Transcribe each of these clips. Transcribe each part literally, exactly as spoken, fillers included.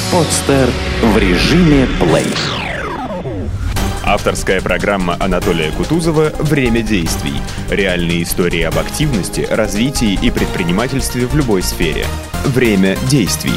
Подстер в режиме плей. Авторская программа Анатолия Кутузова «Время действий». Реальные истории об активности, развитии и предпринимательстве в любой сфере. Время действий.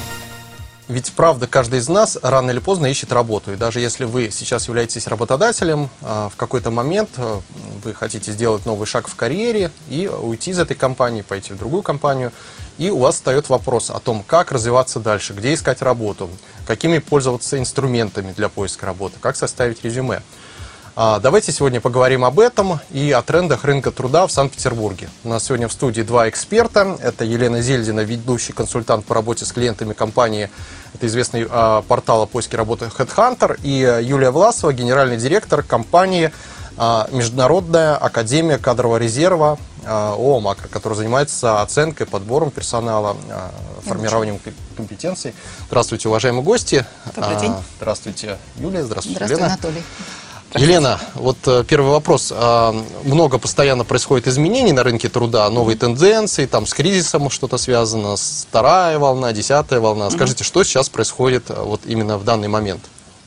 Ведь правда, каждый из нас рано или поздно ищет работу. И даже если вы сейчас являетесь работодателем, в какой-то момент вы хотите сделать новый шаг в карьере и уйти из этой компании, пойти в другую компанию, и у вас встает вопрос о том, как развиваться дальше, где искать работу, какими пользоваться инструментами для поиска работы, как составить резюме. Давайте сегодня поговорим об этом и о трендах рынка труда в Санкт-Петербурге. У нас сегодня в студии два эксперта. Это Елена Зельдина, ведущий консультант по работе с клиентами компании, это известный а, портал о поиске работы HeadHunter, и Юлия Власова, генеральный директор компании а, Международная академия кадрового резерва а, ООО «Макро», которая занимается оценкой, подбором персонала, а, формированием компетенций. Здравствуйте, уважаемые гости. Добрый день. А, здравствуйте, Юлия. Здравствуйте, Здравствуй, Елена. Анатолий. Елена, вот первый вопрос. Много постоянно происходит изменений на рынке труда, новые тенденции, там с кризисом что-то связано, вторая волна, десятая волна. Скажите, что сейчас происходит вот именно в данный момент?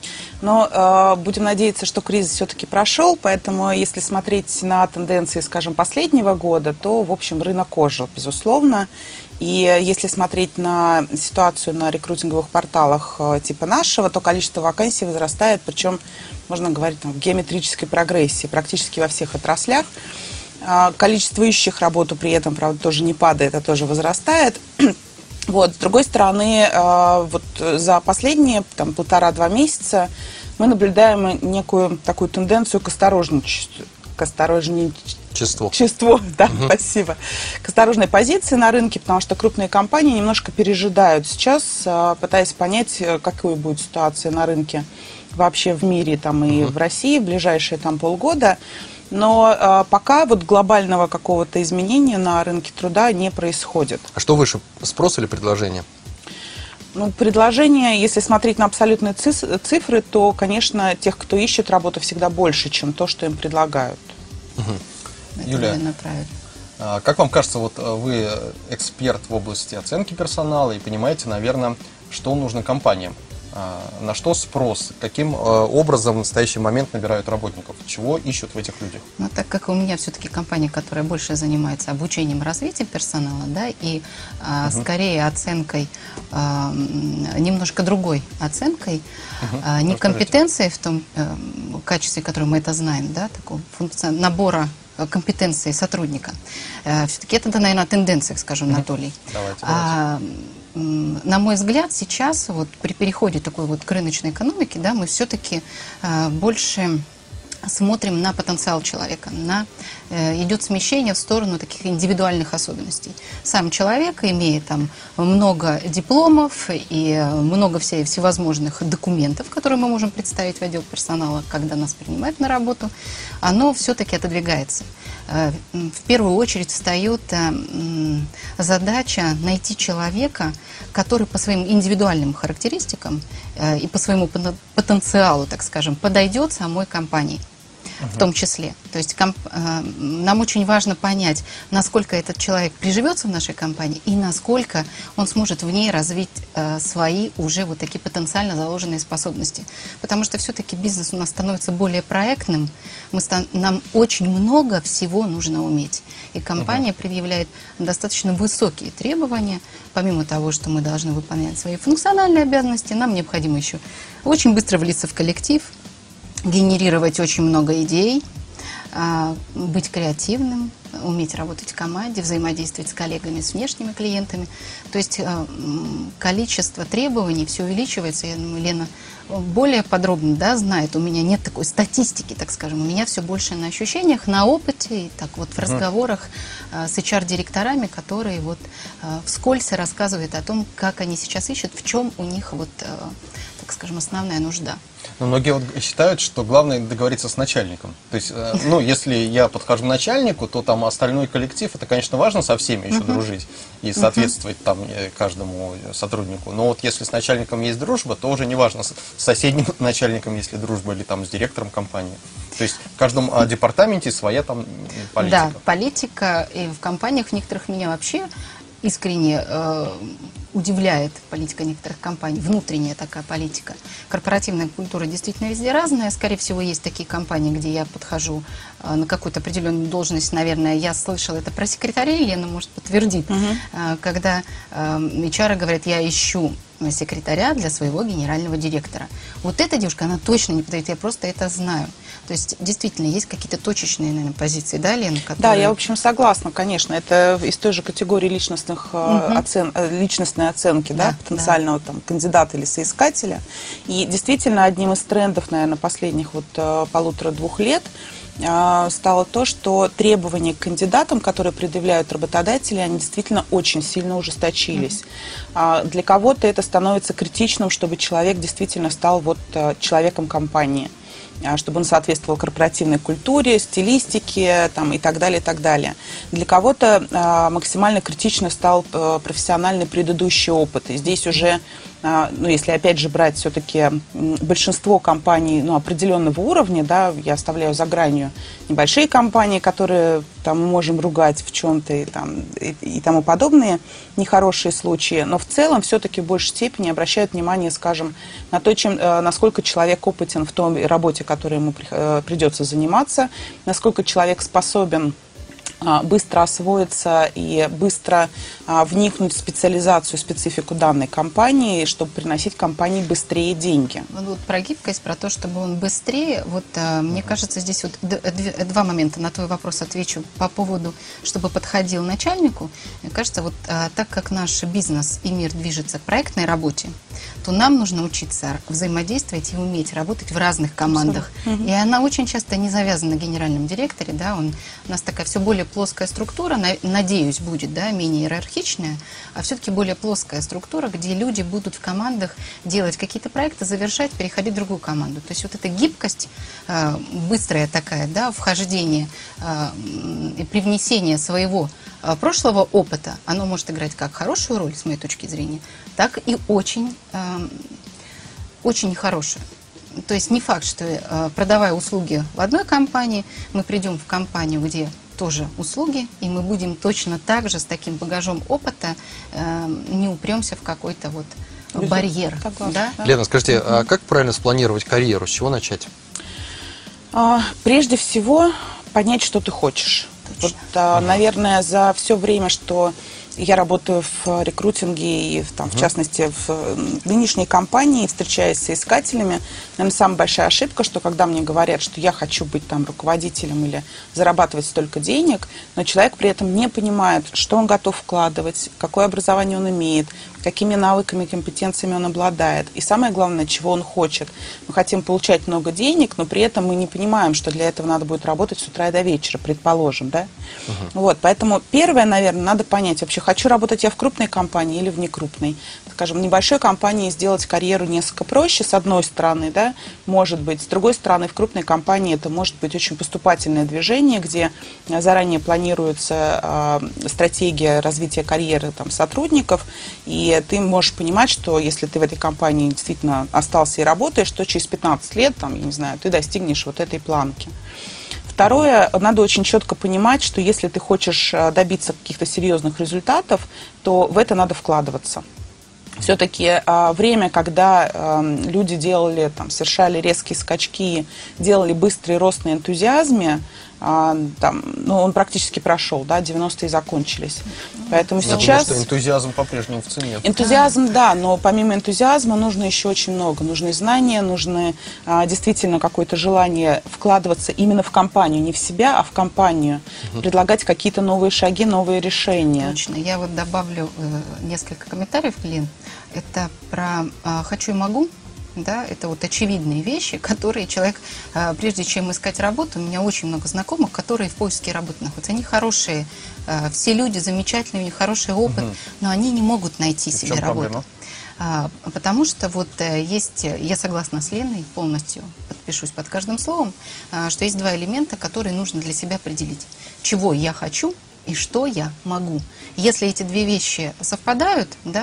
Но э, будем надеяться, что кризис все-таки прошел, поэтому если смотреть на тенденции, скажем, последнего года, то, в общем, рынок ожил, безусловно. И если смотреть на ситуацию на рекрутинговых порталах э, типа нашего, то количество вакансий возрастает, причем, можно говорить, там, в геометрической прогрессии, практически во всех отраслях. Э, количество ищущих работу при этом, правда, тоже не падает, а тоже возрастает. Вот. С другой стороны, э, вот за последние там, полтора-два месяца мы наблюдаем некую такую тенденцию к осторожничеству. К осторожничеству. Чувство, да, угу. Спасибо. К осторожной позиции на рынке, потому что крупные компании немножко пережидают сейчас, э, пытаясь понять, какой будет ситуация на рынке вообще в мире там, и угу. в России в ближайшие там, полгода. Но э, пока вот глобального какого-то изменения на рынке труда не происходит. А что выше, спрос или предложение? Ну, предложение, если смотреть на абсолютные цифры, то, конечно, тех, кто ищет работу, всегда больше, чем то, что им предлагают. Угу. Юлия, а как вам кажется, вот вы эксперт в области оценки персонала и понимаете, наверное, что нужно компаниям? На что спрос? Каким образом в настоящий момент набирают работников? Чего ищут в этих людях? Ну, так как у меня все-таки компания, которая больше занимается обучением, развитием персонала, да, и а, угу. скорее оценкой, а, немножко другой оценкой, угу. а, не компетенцией в том а, качестве, которое мы это знаем, да, такого функции набора компетенций сотрудника. А, все-таки это, наверное, тенденция, скажем, угу. Анатолий. Давайте, а, давайте. На мой взгляд, сейчас вот при переходе такой вот к рыночной экономике, да, мы все-таки э, больше смотрим на потенциал человека, на, э, идет смещение в сторону таких индивидуальных особенностей. Сам человек, имея там много дипломов и много всей, всевозможных документов, которые мы можем представить в отдел персонала, когда нас принимают на работу, оно все-таки отодвигается. В первую очередь встает задача найти человека, который по своим индивидуальным характеристикам и по своему потенциалу, так скажем, подойдет самой компании. В том числе. То есть комп, э, нам очень важно понять, насколько этот человек приживется в нашей компании и насколько он сможет в ней развить э, свои уже вот такие потенциально заложенные способности. Потому что все-таки бизнес у нас становится более проектным, мы стан, нам очень много всего нужно уметь. И компания uh-huh. предъявляет достаточно высокие требования. Помимо того, что мы должны выполнять свои функциональные обязанности, нам необходимо еще очень быстро влиться в коллектив, генерировать очень много идей, быть креативным, уметь работать в команде, взаимодействовать с коллегами, с внешними клиентами. То есть количество требований все увеличивается. Я думаю, Лена более подробно, да, знает. У меня нет такой статистики, так скажем. У меня все больше на ощущениях, на опыте, и так вот в разговорах с эйч ар-директорами, которые вот вскользь рассказывают о том, как они сейчас ищут, в чем у них вот, так скажем, основная нужда. Но многие вот считают, что главное договориться с начальником. То есть, ну, если я подхожу к начальнику, то там остальной коллектив, это, конечно, важно со всеми еще uh-huh. дружить и соответствовать uh-huh. там каждому сотруднику. Но вот если с начальником есть дружба, то уже не важно, с соседним начальником, если дружба, или там с директором компании. То есть в каждом а, департаменте своя там политика. Да, политика, и в компаниях в некоторых меня вообще искренне... Э удивляет политика некоторых компаний, внутренняя такая политика. Корпоративная культура действительно везде разная. Скорее всего, есть такие компании, где я подхожу э, на какую-то определенную должность. Наверное, я слышала это про секретарей, Лена может подтвердить, угу. э, когда э, эйч ар говорит, я ищу секретаря для своего генерального директора. Вот эта девушка, она точно не подойдет, я просто это знаю. То есть, действительно, есть какие-то точечные, наверное, позиции, да, Лена? Которые... Да, я, в общем, согласна, конечно. Это из той же категории личностных, угу. оцен... личностной оценки, да, да, потенциального да. Там, кандидата или соискателя. И действительно, одним из трендов, наверное, последних вот полутора-двух лет стало то, что требования к кандидатам, которые предъявляют работодатели, они действительно очень сильно ужесточились. Mm-hmm. Для кого-то это становится критичным, чтобы человек действительно стал вот человеком компании, чтобы он соответствовал корпоративной культуре, стилистике там, и так далее, и так далее. Для кого-то а, максимально критично стал а, профессиональный предыдущий опыт. И здесь уже, а, ну, если опять же брать все-таки большинство компаний ну, определенного уровня, да, я оставляю за гранью небольшие компании, которые там, мы можем ругать в чем-то и, там, и, и тому подобные нехорошие случаи, но в целом все-таки в большей степени обращают внимание, скажем, на то, чем, насколько человек опытен в той работе, которой ему придется заниматься, насколько человек способен быстро освоиться и быстро а, вникнуть в специализацию, специфику данной компании, чтобы приносить компании быстрее деньги. Вот про гибкость, про то, чтобы он быстрее, вот а, мне кажется, здесь вот два момента. На твой вопрос отвечу по поводу, чтобы подходил начальнику. Мне кажется, вот а, так как наш бизнес и мир движется к проектной работе, то нам нужно учиться взаимодействовать и уметь работать в разных командах. Угу. И она очень часто не завязана на генеральном директоре, да, он, у нас такая все более плоская структура, надеюсь, будет, да, менее иерархичная, а все-таки более плоская структура, где люди будут в командах делать какие-то проекты, завершать, переходить в другую команду. То есть вот эта гибкость, быстрая такая, да, вхождение и привнесение своего прошлого опыта, оно может играть как хорошую роль, с моей точки зрения, так и очень, очень нехорошую. То есть не факт, что продавая услуги в одной компании, мы придем в компанию, где тоже услуги, и мы будем точно так же с таким багажом опыта э, не упремся в какой-то вот барьер. Да? Лена, скажите, угу. а как правильно спланировать карьеру? С чего начать? А, прежде всего, понять, что ты хочешь. Вот, а, угу. Наверное, за все время, что я работаю в рекрутинге и, там, в частности, в нынешней компании, встречаясь с соискателями, наверное, самая большая ошибка, что когда мне говорят, что я хочу быть там руководителем или зарабатывать столько денег, но человек при этом не понимает, что он готов вкладывать, какое образование он имеет, какими навыками и компетенциями он обладает. И самое главное, чего он хочет. Мы хотим получать много денег, но при этом мы не понимаем, что для этого надо будет работать с утра и до вечера, предположим. Да? Uh-huh. Вот, поэтому первое, наверное, надо понять вообще, хочу работать я в крупной компании или в некрупной. Скажем, в небольшой компании сделать карьеру несколько проще, с одной стороны, да, может быть. С другой стороны, в крупной компании это может быть очень поступательное движение, где заранее планируется э, стратегия развития карьеры там, сотрудников, и ты можешь понимать, что если ты в этой компании действительно остался и работаешь, то через пятнадцать лет, там, я не знаю, ты достигнешь вот этой планки. Второе, надо очень четко понимать, что если ты хочешь добиться каких-то серьезных результатов, то в это надо вкладываться. Все-таки э, время, когда э, люди делали, там, совершали резкие скачки, делали быстрый рост на энтузиазме, э, там, ну, он практически прошел, да, девяностые закончились. Поэтому Я сейчас... думаю, что энтузиазм по-прежнему в цене. Энтузиазм, да, но помимо энтузиазма нужно еще очень много. Нужны знания, нужны э, действительно какое-то желание вкладываться именно в компанию, не в себя, а в компанию, угу. предлагать какие-то новые шаги, новые решения. Точно. Я вот добавлю э, несколько комментариев, Лен. Это про э, «хочу и могу». Да, это вот очевидные вещи, которые человек, э, прежде чем искать работу, у меня очень много знакомых, которые в поиске работы находятся. Они хорошие, э, все люди замечательные, у них хороший опыт, угу. но они не могут найти и себе работу. А, потому что вот э, есть, я согласна с Леной, полностью подпишусь под каждым словом, э, что есть два элемента, которые нужно для себя определить. Чего я хочу и что я могу. Если эти две вещи совпадают, да,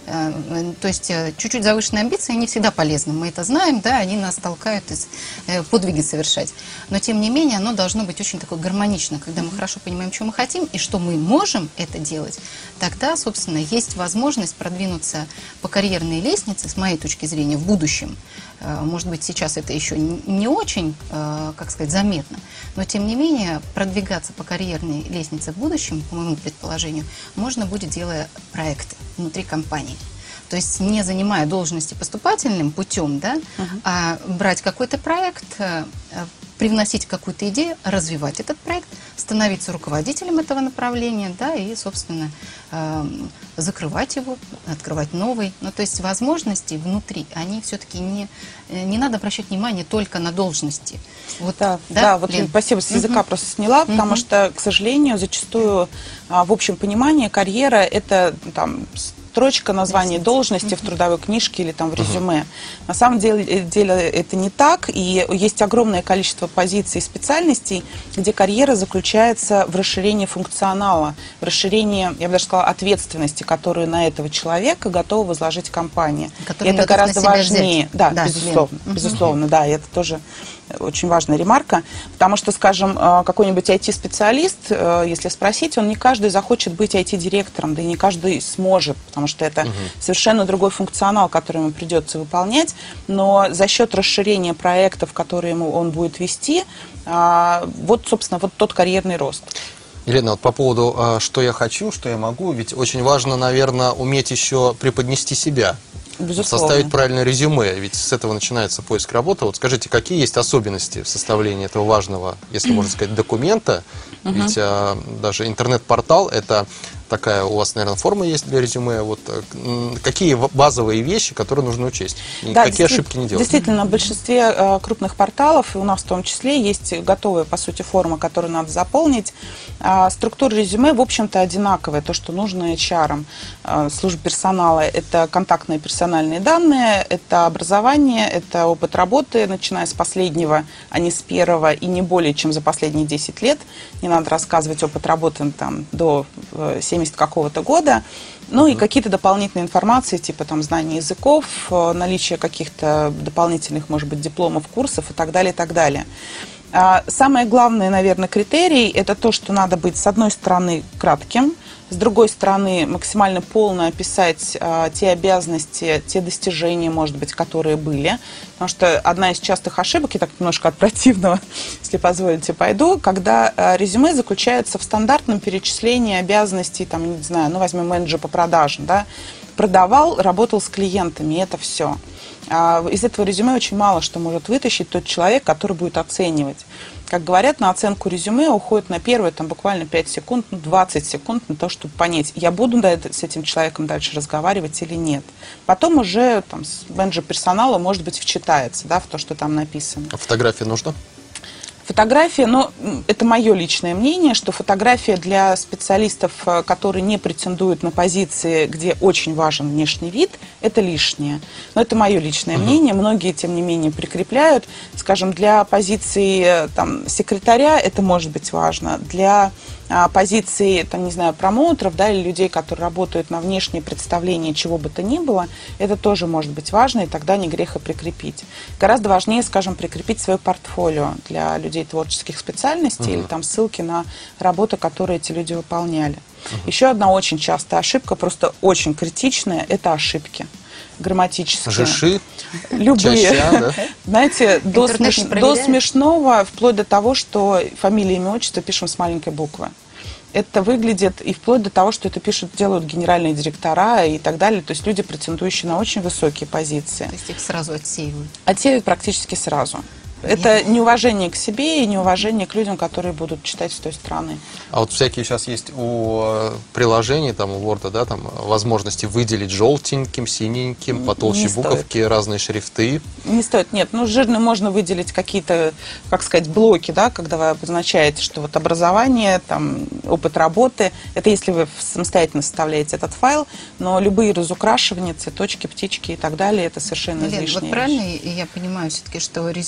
То есть чуть-чуть завышенные амбиции, они всегда полезны. Мы это знаем, да, они нас толкают из, подвиги совершать. Но, тем не менее, оно должно быть очень такое гармонично. Когда мы хорошо понимаем, что мы хотим и что мы можем это делать, тогда, собственно, есть возможность продвинуться по карьерной лестнице, с моей точки зрения, в будущем. Может быть, сейчас это еще не очень, как сказать, заметно, но, тем не менее, продвигаться по карьерной лестнице в будущем, по моему предположению, можно будет, делая проекты внутри компании. То есть не занимая должности поступательным путем, да, uh-huh. а брать какой-то проект, привносить какую-то идею, развивать этот проект, становиться руководителем этого направления, да, и, собственно, э, закрывать его, открывать новый. Ну, то есть возможности внутри, они все-таки не, не надо обращать внимание только на должности. Вот, да, да, да, вот, Лен, спасибо, с языка uh-huh. просто сняла, потому uh-huh. что, к сожалению, зачастую в общем понимании карьера – это там строчка названия должности uh-huh. в трудовой книжке или там в резюме. Uh-huh. На самом деле, деле это не так, и есть огромное количество позиций и специальностей, где карьера заключается в расширении функционала, в расширении, я бы даже сказала, ответственности, которую на этого человека готова возложить компания. И это гораздо важнее. Да, да, безусловно, uh-huh. безусловно, да, и это тоже очень важная ремарка, потому что, скажем, какой-нибудь ай ти-специалист, если спросить, он не каждый захочет быть ай ти-директором, да и не каждый сможет, потому что это угу. совершенно другой функционал, который ему придется выполнять, но за счет расширения проектов, которые ему он будет вести, вот, собственно, вот тот карьерный рост. Елена, вот по поводу «что я хочу, что я могу», ведь очень важно, наверное, уметь еще преподнести себя. Безусловно. Составить правильное резюме, ведь с этого начинается поиск работы. Вот скажите, какие есть особенности в составлении этого важного, если можно сказать, документа? Uh-huh. Ведь а, даже интернет-портал – это такая у вас, наверное, форма есть для резюме. Вот какие базовые вещи, которые нужно учесть? И да, какие ошибки не делать? Действительно, в большинстве э, крупных порталов, и у нас в том числе, есть готовая, по сути, форма, которую надо заполнить. А структура резюме, в общем-то, одинаковая. То, что нужно эйч ар, э, службе персонала, это контактные персональные данные, это образование, это опыт работы, начиная с последнего, а не с первого, и не более чем за последние десять лет. Не надо рассказывать опыт работы там, до семидесятого какого-то года. Ну uh-huh. и какие-то дополнительные информации, типа там знания языков, наличие каких-то дополнительных, может быть, дипломов, курсов и так далее, и так далее. Самое главное, наверное, критерий – это то, что надо быть, с одной стороны, кратким, с другой стороны, максимально полно описать а, те обязанности, те достижения, может быть, которые были. Потому что одна из частых ошибок, я так немножко от противного, если позволите, пойду, когда а, резюме заключается в стандартном перечислении обязанностей, там, не знаю, ну, возьмем менеджер по продажам, да, продавал, работал с клиентами, и это все. А из этого резюме очень мало что может вытащить тот человек, который будет оценивать. Как говорят, на оценку резюме уходит на первые там, буквально пять секунд, ну, двадцать секунд на то, чтобы понять, я буду да, с этим человеком дальше разговаривать или нет. Потом уже там, менеджер персонала, может быть, вчитается да, в то, что там написано. А фотография нужна? Фотография, но это мое личное мнение, что фотография для специалистов, которые не претендуют на позиции, где очень важен внешний вид, это лишнее. Но это мое личное uh-huh. мнение. Многие, тем не менее, прикрепляют. Скажем, для позиции там, секретаря это может быть важно. Для а, позиции, там, не знаю, промоутеров, да, или людей, которые работают на внешнее представление чего бы то ни было, это тоже может быть важно, и тогда не грех и прикрепить. Гораздо важнее, скажем, прикрепить свое портфолио для людей творческих специальностей uh-huh. или там ссылки на работы, которые эти люди выполняли. Uh-huh. Еще одна очень частая ошибка, просто очень критичная, это ошибки грамматические. Жиши? Любые. Чаща, да? Знаете, до, смеш... до смешного, вплоть до того, что фамилия, имя, отчество пишем с маленькой буквы. Это выглядит и вплоть до того, что это пишут, делают генеральные директора и так далее. То есть люди, претендующие на очень высокие позиции. То есть их сразу отсеивают? Отсеивают практически сразу. Это неуважение к себе и неуважение к людям, которые будут читать с той стороны. А вот всякие сейчас есть у приложений, там, у Word, да, там, возможности выделить желтеньким, синеньким, потолще буковки, разные шрифты. Не стоит, нет. Ну, жирно можно выделить какие-то, как сказать, блоки, да, когда вы обозначаете, что вот образование, там, опыт работы, это если вы самостоятельно составляете этот файл, но любые разукрашивания, цветочки, птички и так далее, это совершенно излишние. Вот правильно я понимаю все-таки, что резюме с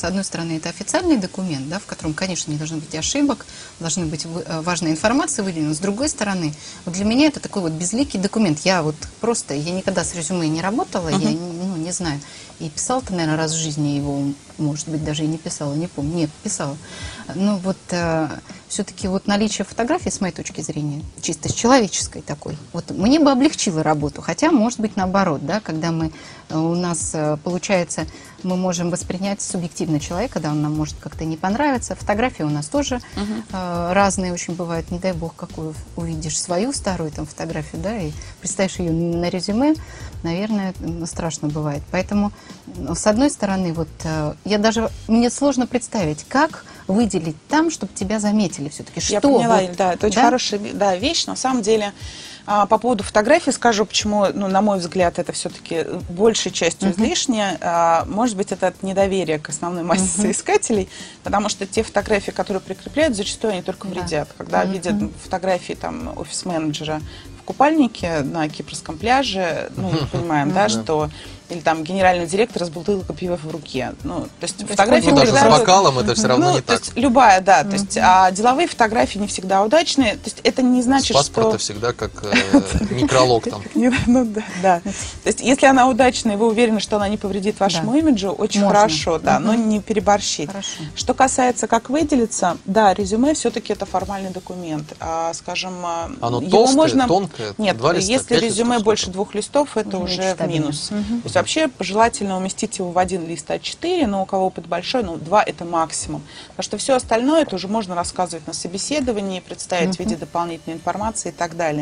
одной стороны, это официальный документ, да, в котором, конечно, не должно быть ошибок, должны быть важная информация выделена. С другой стороны, вот для меня это такой вот безликий документ. Я вот просто, я никогда с резюме не работала, uh-huh. я ну, не знаю. И писала-то, наверное, раз в жизни его, может быть, даже и не писала, не помню. Нет, писала. Но вот э, все-таки вот наличие фотографии, с моей точки зрения, чисто с человеческой такой, вот мне бы облегчило работу. Хотя, может быть, наоборот, да, когда мы, у нас получается, мы можем воспринять субъективно человека, да, он нам может как-то не понравиться. Фотографии у нас тоже uh-huh. э, разные очень бывают. Не дай бог, какую увидишь свою старую там фотографию, да, и представишь ее на резюме, наверное, страшно бывает. Поэтому, с одной стороны, вот я даже, мне сложно представить, как выделить там, чтобы тебя заметили все-таки. Что? Я поняла, вот, да, это очень да? хорошая да, вещь. На самом деле, по поводу фотографий скажу, почему, ну, на мой взгляд, это все-таки большей частью uh-huh. излишне. Может быть, это от недоверия к основной массе uh-huh. соискателей, потому что те фотографии, которые прикрепляют, зачастую они только вредят. Да. Когда uh-huh. видят фотографии там офис-менеджера в купальнике на Кипрском пляже, ну, мы понимаем, uh-huh. да, что... Или там генеральный директор с бутылкой пива в руке. Ну, то есть фотографии... Ну, даже с бокалом это все равно ну, не то так. Есть, любая, да. Mm-hmm. То есть, а деловые фотографии не всегда удачные. То есть это не значит, с паспорта что... всегда как э, некролог там. Ну да, да. То есть если она удачная, и вы уверены, что она не повредит вашему имиджу, очень хорошо, да, но не переборщить. Что касается, как выделиться, да, резюме все-таки это формальный документ. Скажем, оно толстое, тонкое? Нет, если резюме больше двух листов, это уже в минус. То есть вообще желательно уместить его в один лист а четыре, но у кого опыт большой, ну, два это максимум. Потому что все остальное это уже можно рассказывать на собеседовании, представить uh-huh. в виде дополнительной информации и так далее.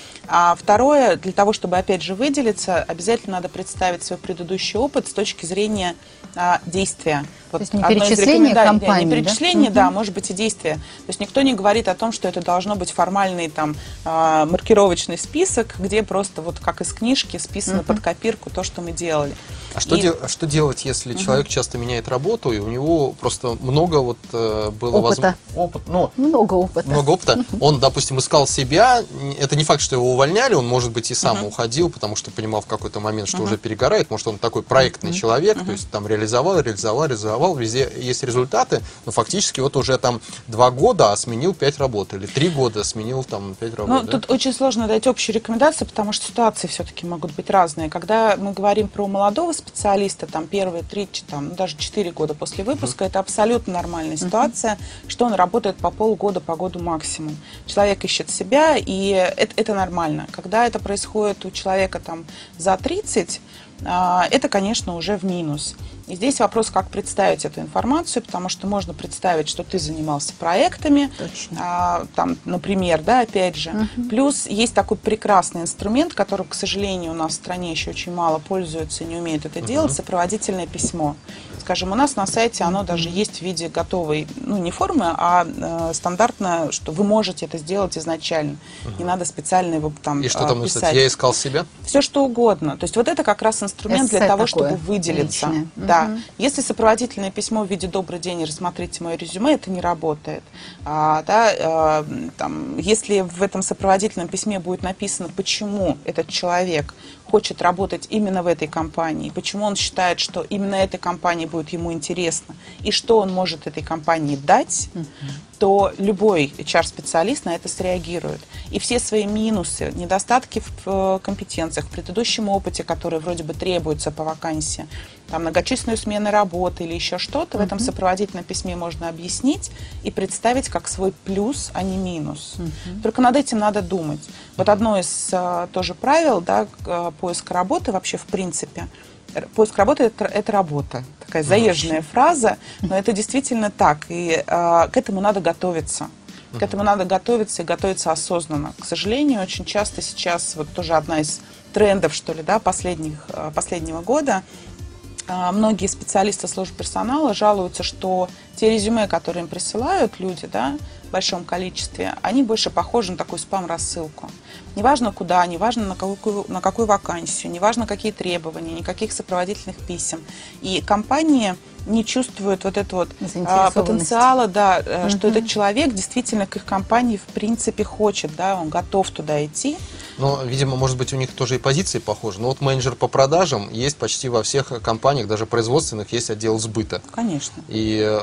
А второе, для того, чтобы опять же выделиться, обязательно надо представить свой предыдущий опыт с точки зрения а, действия. Вот то есть не перечисление компании, не перечисление, да? да, может быть и действие. То есть никто не говорит о том, что это должно быть формальный там а, маркировочный список, где просто вот как из книжки списано uh-huh. под копирку то, что мы делали. А что, и... де- а что делать, если uh-huh. человек часто меняет работу, и у него просто много вот э, было опыта. Воз... Опыт, ну, много опыта. Много опыта. Он, допустим, искал себя. Это не факт, что его увольняли, он, может быть, и сам uh-huh. уходил, потому что понимал в какой-то момент, что uh-huh. уже перегорает. Может, он такой проектный uh-huh. человек, uh-huh. то есть там реализовал, реализовал, реализовал, везде есть результаты, но фактически вот уже там два года, а сменил пять работ, или три года сменил там пять работ. Ну, да? тут очень сложно дать общие рекомендации, потому что ситуации все-таки могут быть разные. Когда мы говорим про молодого специалиста, там первые три, там, ну, даже четыре года после выпуска, uh-huh. это абсолютно нормальная ситуация, uh-huh. что он работает по полгода, по году максимум. Человек ищет себя, и это, это нормально. Когда это происходит у человека там за тридцать, это, конечно, уже в минус. И здесь вопрос, как представить эту информацию, потому что можно представить, что ты занимался проектами, а, там, например, да, опять же. Uh-huh. Плюс есть такой прекрасный инструмент, которым, к сожалению, у нас в стране еще очень мало пользуются и не умеют это uh-huh. делать, сопроводительное письмо. Скажем, у нас на сайте оно даже есть в виде готовой, ну, не формы, а э, стандартно, что вы можете это сделать изначально. Uh-huh. Не надо специально его там И что там писать. написать? Я искал себя? Все, что угодно. То есть вот это как раз инструмент эссе для того, такое, чтобы выделиться. личное. Да. Угу. Если сопроводительное письмо в виде «Добрый день, рассмотрите мое резюме», это не работает. А, да, а, там, если в этом сопроводительном письме будет написано, почему этот человек хочет работать именно в этой компании, почему он считает, что именно этой компании будет ему интересно, и что он может этой компании дать, uh-huh. то любой эйч ар-специалист на это среагирует. И все свои минусы, недостатки в компетенциях, в предыдущем опыте, которые вроде бы требуются по вакансии, там, многочисленную смену работы или еще что-то, uh-huh. в этом сопроводительном письме можно объяснить и представить как свой плюс, а не минус. Uh-huh. Только над этим надо думать. Вот одно из а, тоже правил, да, поиска работы вообще в принципе. Поиск работы это, это работа. Такая заезженная uh-huh. фраза, но это действительно так. И а, к этому надо готовиться. К этому надо готовиться и готовиться осознанно. К сожалению, очень часто сейчас, вот тоже одна из трендов, что ли, да, последних, последнего года, многие специалисты службы персонала жалуются, что те резюме, которые им присылают люди, да, в большом количестве, они больше похожи на такую спам-рассылку. Неважно куда, неважно на какую, на какую вакансию, неважно какие требования, никаких сопроводительных писем. И компании не чувствуют вот этого вот а, потенциала, да, uh-huh. что этот человек действительно к их компании в принципе хочет, да, он готов туда идти. Но, видимо, может быть, у них тоже и позиции похожи. Но вот менеджер по продажам есть почти во всех компаниях, даже производственных, есть отдел сбыта. Конечно. И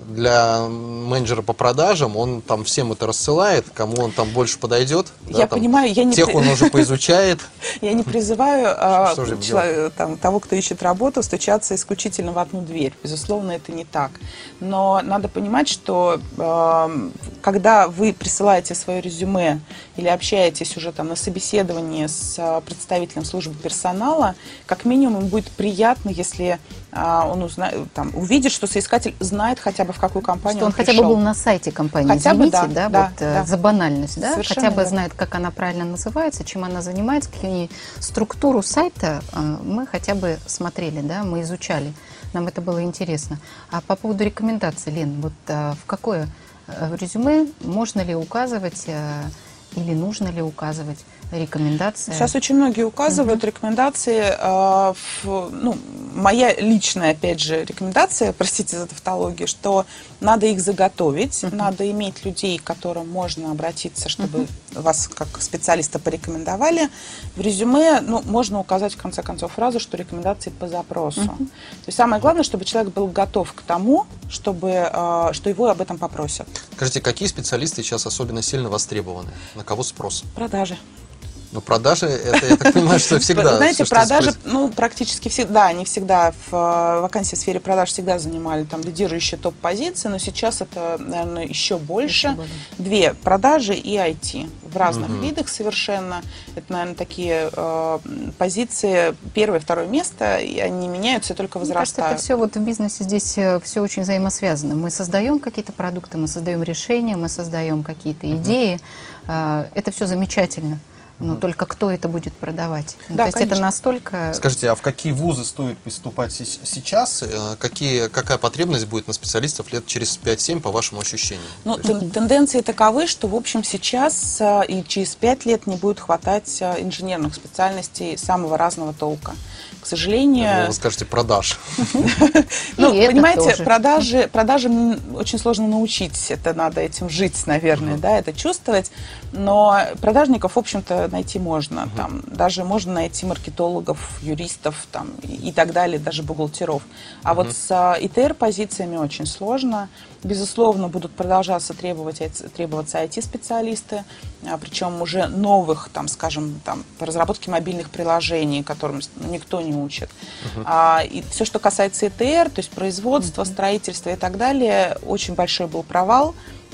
для менеджера по продажам он там всем это рассылает, кому он там больше подойдет. Я да, там, понимаю, я не... Тех он уже поизучает. Я не призываю а, Что же человек, там, того, кто ищет работу, стучаться исключительно в одну дверь. Безусловно, это не так. Но надо понимать, что э, когда вы присылаете свое резюме или общаетесь уже там на собеседовании с э, представителем службы персонала, как минимум им будет приятно, если э, он узнает, там, увидит, что соискатель знает хотя бы в какую компанию что он, он хотя пришел. бы был на сайте компании, Хотя бы, извините, да, да, да, вот, э, да. за банальность, да, Совершенно хотя бы верно. знает, как она правильно называется, чем она занимается, какие структуру сайта э, мы хотя бы смотрели, да, мы изучали, нам это было интересно. А по поводу рекомендаций, Лен, вот э, в какое э, резюме можно ли указывать э, или нужно ли указывать рекомендации? Сейчас очень многие указывают uh-huh. рекомендации. Э, в, ну, моя личная, опять же, рекомендация, простите за тавтологию, что надо их заготовить, uh-huh. надо иметь людей, к которым можно обратиться, чтобы uh-huh. вас как специалиста порекомендовали. В резюме ну, можно указать, в конце концов, фразу, что рекомендации по запросу. Uh-huh. То есть самое главное, чтобы человек был готов к тому, чтобы, э, что его об этом попросят. Скажите, какие специалисты сейчас особенно сильно востребованы? На кого спрос? Продажи. Ну, продажи, это, я так понимаю, что всегда... Знаете, все, продажи, что ну, практически всегда, они всегда в вакансии в сфере продаж всегда занимали там лидирующие топ-позиции, но сейчас это, наверное, еще больше. Еще Две, продажи и ай ти. В разных угу. видах совершенно. Это, наверное, такие э, позиции, первое, второе место, и они меняются и только возрастают. Мне кажется, это все вот в бизнесе здесь все очень взаимосвязано. Мы создаем какие-то продукты, мы создаем решения, мы создаем какие-то угу. идеи. Э, это все замечательно. Но mm-hmm. только кто это будет продавать? Ну, да, то есть конечно. это настолько... Скажите, а в какие вузы стоит поступать сейчас? Какие, какая потребность будет на специалистов лет через пять-семь, по вашему ощущению? Ну, есть... Тенденции таковы, что, в общем, сейчас и через пять лет не будет хватать инженерных специальностей самого разного толка. К сожалению... Вы скажете, продаж. Ну, понимаете, продажи очень сложно научить. Это надо этим жить, наверное, да, это чувствовать. Но продажников, в общем-то, найти можно. Uh-huh. Там, даже можно найти маркетологов, юристов там, и, и так далее, даже бухгалтеров. А uh-huh. вот с а, и тэ эр-позициями очень сложно. Безусловно, будут продолжаться требовать, требоваться ай ти-специалисты, а, причем уже новых, там, скажем, там, по разработке мобильных приложений, которым никто не учит. Uh-huh. А, и все, что касается и тэ эр, то есть производства, uh-huh. строительства и так далее, очень большой был провал.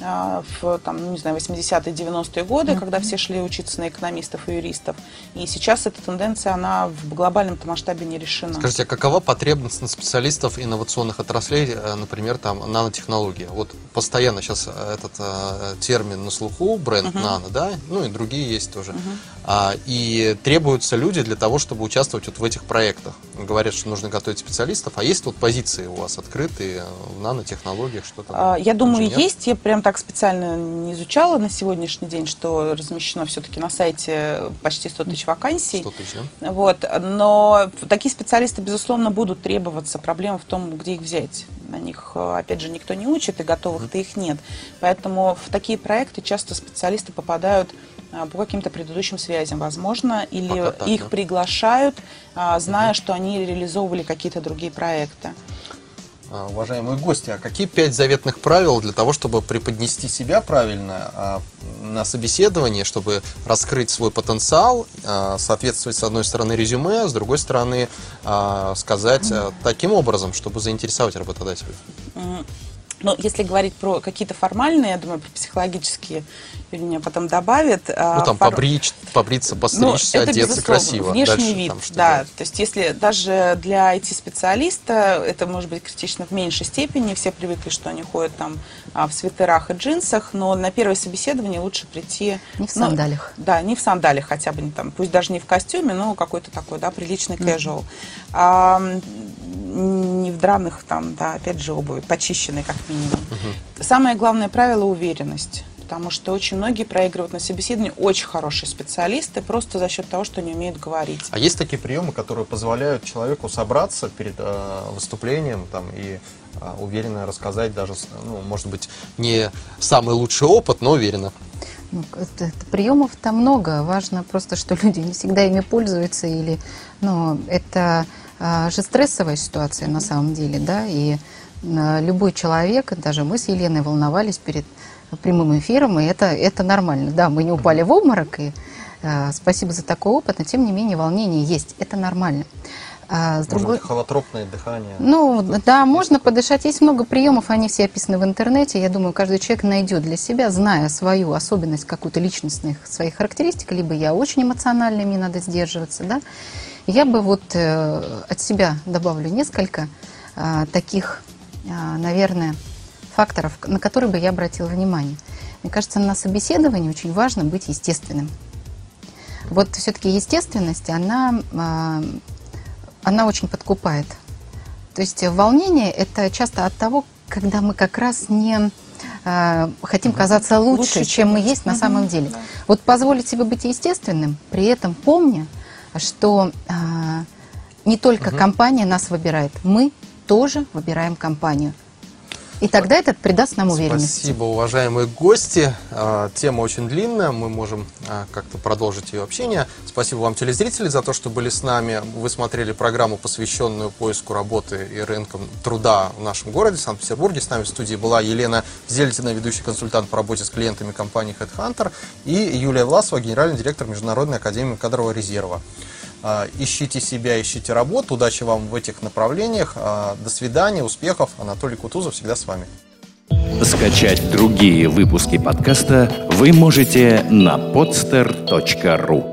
В там, ну, не знаю, восьмидесятые, девяностые годы, mm-hmm. когда все шли учиться на экономистов и юристов. И сейчас эта тенденция, она в глобальном масштабе не решена. Скажите, а какова потребность на специалистов инновационных отраслей, например, там, нанотехнологии? Вот постоянно сейчас этот э, термин на слуху, бренд uh-huh. нано, да, ну и другие есть тоже. Uh-huh. А, и требуются люди для того, чтобы участвовать вот в этих проектах. Говорят, что нужно готовить специалистов. А есть вот позиции у вас открытые в нанотехнологиях, что-то? А, я думаю, инженер? Есть. Я прям так специально не изучала на сегодняшний день, что размещено все-таки на сайте почти сто тысяч вакансий. сто тысяч, да? Вот. Но такие специалисты, безусловно, будут требоваться. Проблема в том, где их взять. На них, опять же, никто не учит, и готовых-то их нет. Поэтому в такие проекты часто специалисты попадают по каким-то предыдущим связям, возможно, или так, их да. приглашают, зная, uh-huh. что они реализовывали какие-то другие проекты. Уважаемые гости, а какие пять заветных правил для того, чтобы преподнести себя правильно а, на собеседовании, чтобы раскрыть свой потенциал, а, соответствовать, с одной стороны, резюме, а с другой стороны, а, сказать а, таким образом, чтобы заинтересовать работодателя? Ну, если говорить про какие-то формальные, я думаю, про психологические, Юрий меня потом добавит. Ну, там Фор... побрить, побриться, постричься, ну, одеться красиво. Внешний Дальше, вид, там, да. делать? То есть, если даже для ай ти-специалиста это может быть критично в меньшей степени, все привыкли, что они ходят там в свитерах и джинсах, но на первое собеседование лучше прийти... Не в ну, сандалях. Да, не в сандалях хотя бы, там, пусть даже не в костюме, но какой-то такой, да, приличный casual. Mm-hmm. а, не в драных, там, да, опять же, обуви, почищенной как минимум. Uh-huh. Самое главное правило — уверенность. Потому что очень многие проигрывают на собеседовании очень хорошие специалисты просто за счет того, что не умеют говорить. А есть такие приемы, которые позволяют человеку собраться перед э, выступлением там, и э, уверенно рассказать даже, ну, может быть, не самый лучший опыт, но уверенно? Ну, это, это приемов-то много. Важно просто, что люди не всегда ими пользуются. Или, ну, это а, же стрессовая ситуация на самом деле, да, и а, любой человек, даже мы с Еленой волновались перед прямым эфиром, и это, это нормально. Да, мы не упали в обморок, и а, спасибо за такой опыт, но тем не менее волнение есть, это нормально. А, с другой... Может быть, холотропное дыхание? Ну, да, можно подышать. Есть много приемов, они все описаны в интернете. Я думаю, каждый человек найдет для себя, зная свою особенность, какую-то личностных своих характеристик, либо я очень эмоциональный, мне надо сдерживаться, да. Я бы вот э, от себя добавлю несколько э, таких, э, наверное, факторов, на которые бы я обратила внимание. Мне кажется, на собеседовании очень важно быть естественным. Вот все-таки естественность, она... Э, она очень подкупает. То есть волнение – это часто от того, когда мы как раз не э, хотим казаться лучше, лучше чем мы есть на самом деле. Да. Вот позволить себе быть естественным, при этом помня, что э, не только угу. компания нас выбирает, мы тоже выбираем компанию. И тогда это придаст нам уверенности. Спасибо, уважаемые гости. Тема очень длинная, мы можем как-то продолжить ее общение. Спасибо вам, телезрители, за то, что были с нами. Вы смотрели программу, посвященную поиску работы и рынкам труда в нашем городе, Санкт-Петербурге. С нами в студии была Елена Зельтина, ведущий консультант по работе с клиентами компании HeadHunter, и Юлия Власова, генеральный директор Международной академии кадрового резерва. Ищите себя, ищите работу. Удачи вам в этих направлениях. До свидания, успехов. Анатолий Кутузов всегда с вами. Скачать другие выпуски подкаста вы можете на podster точка ру.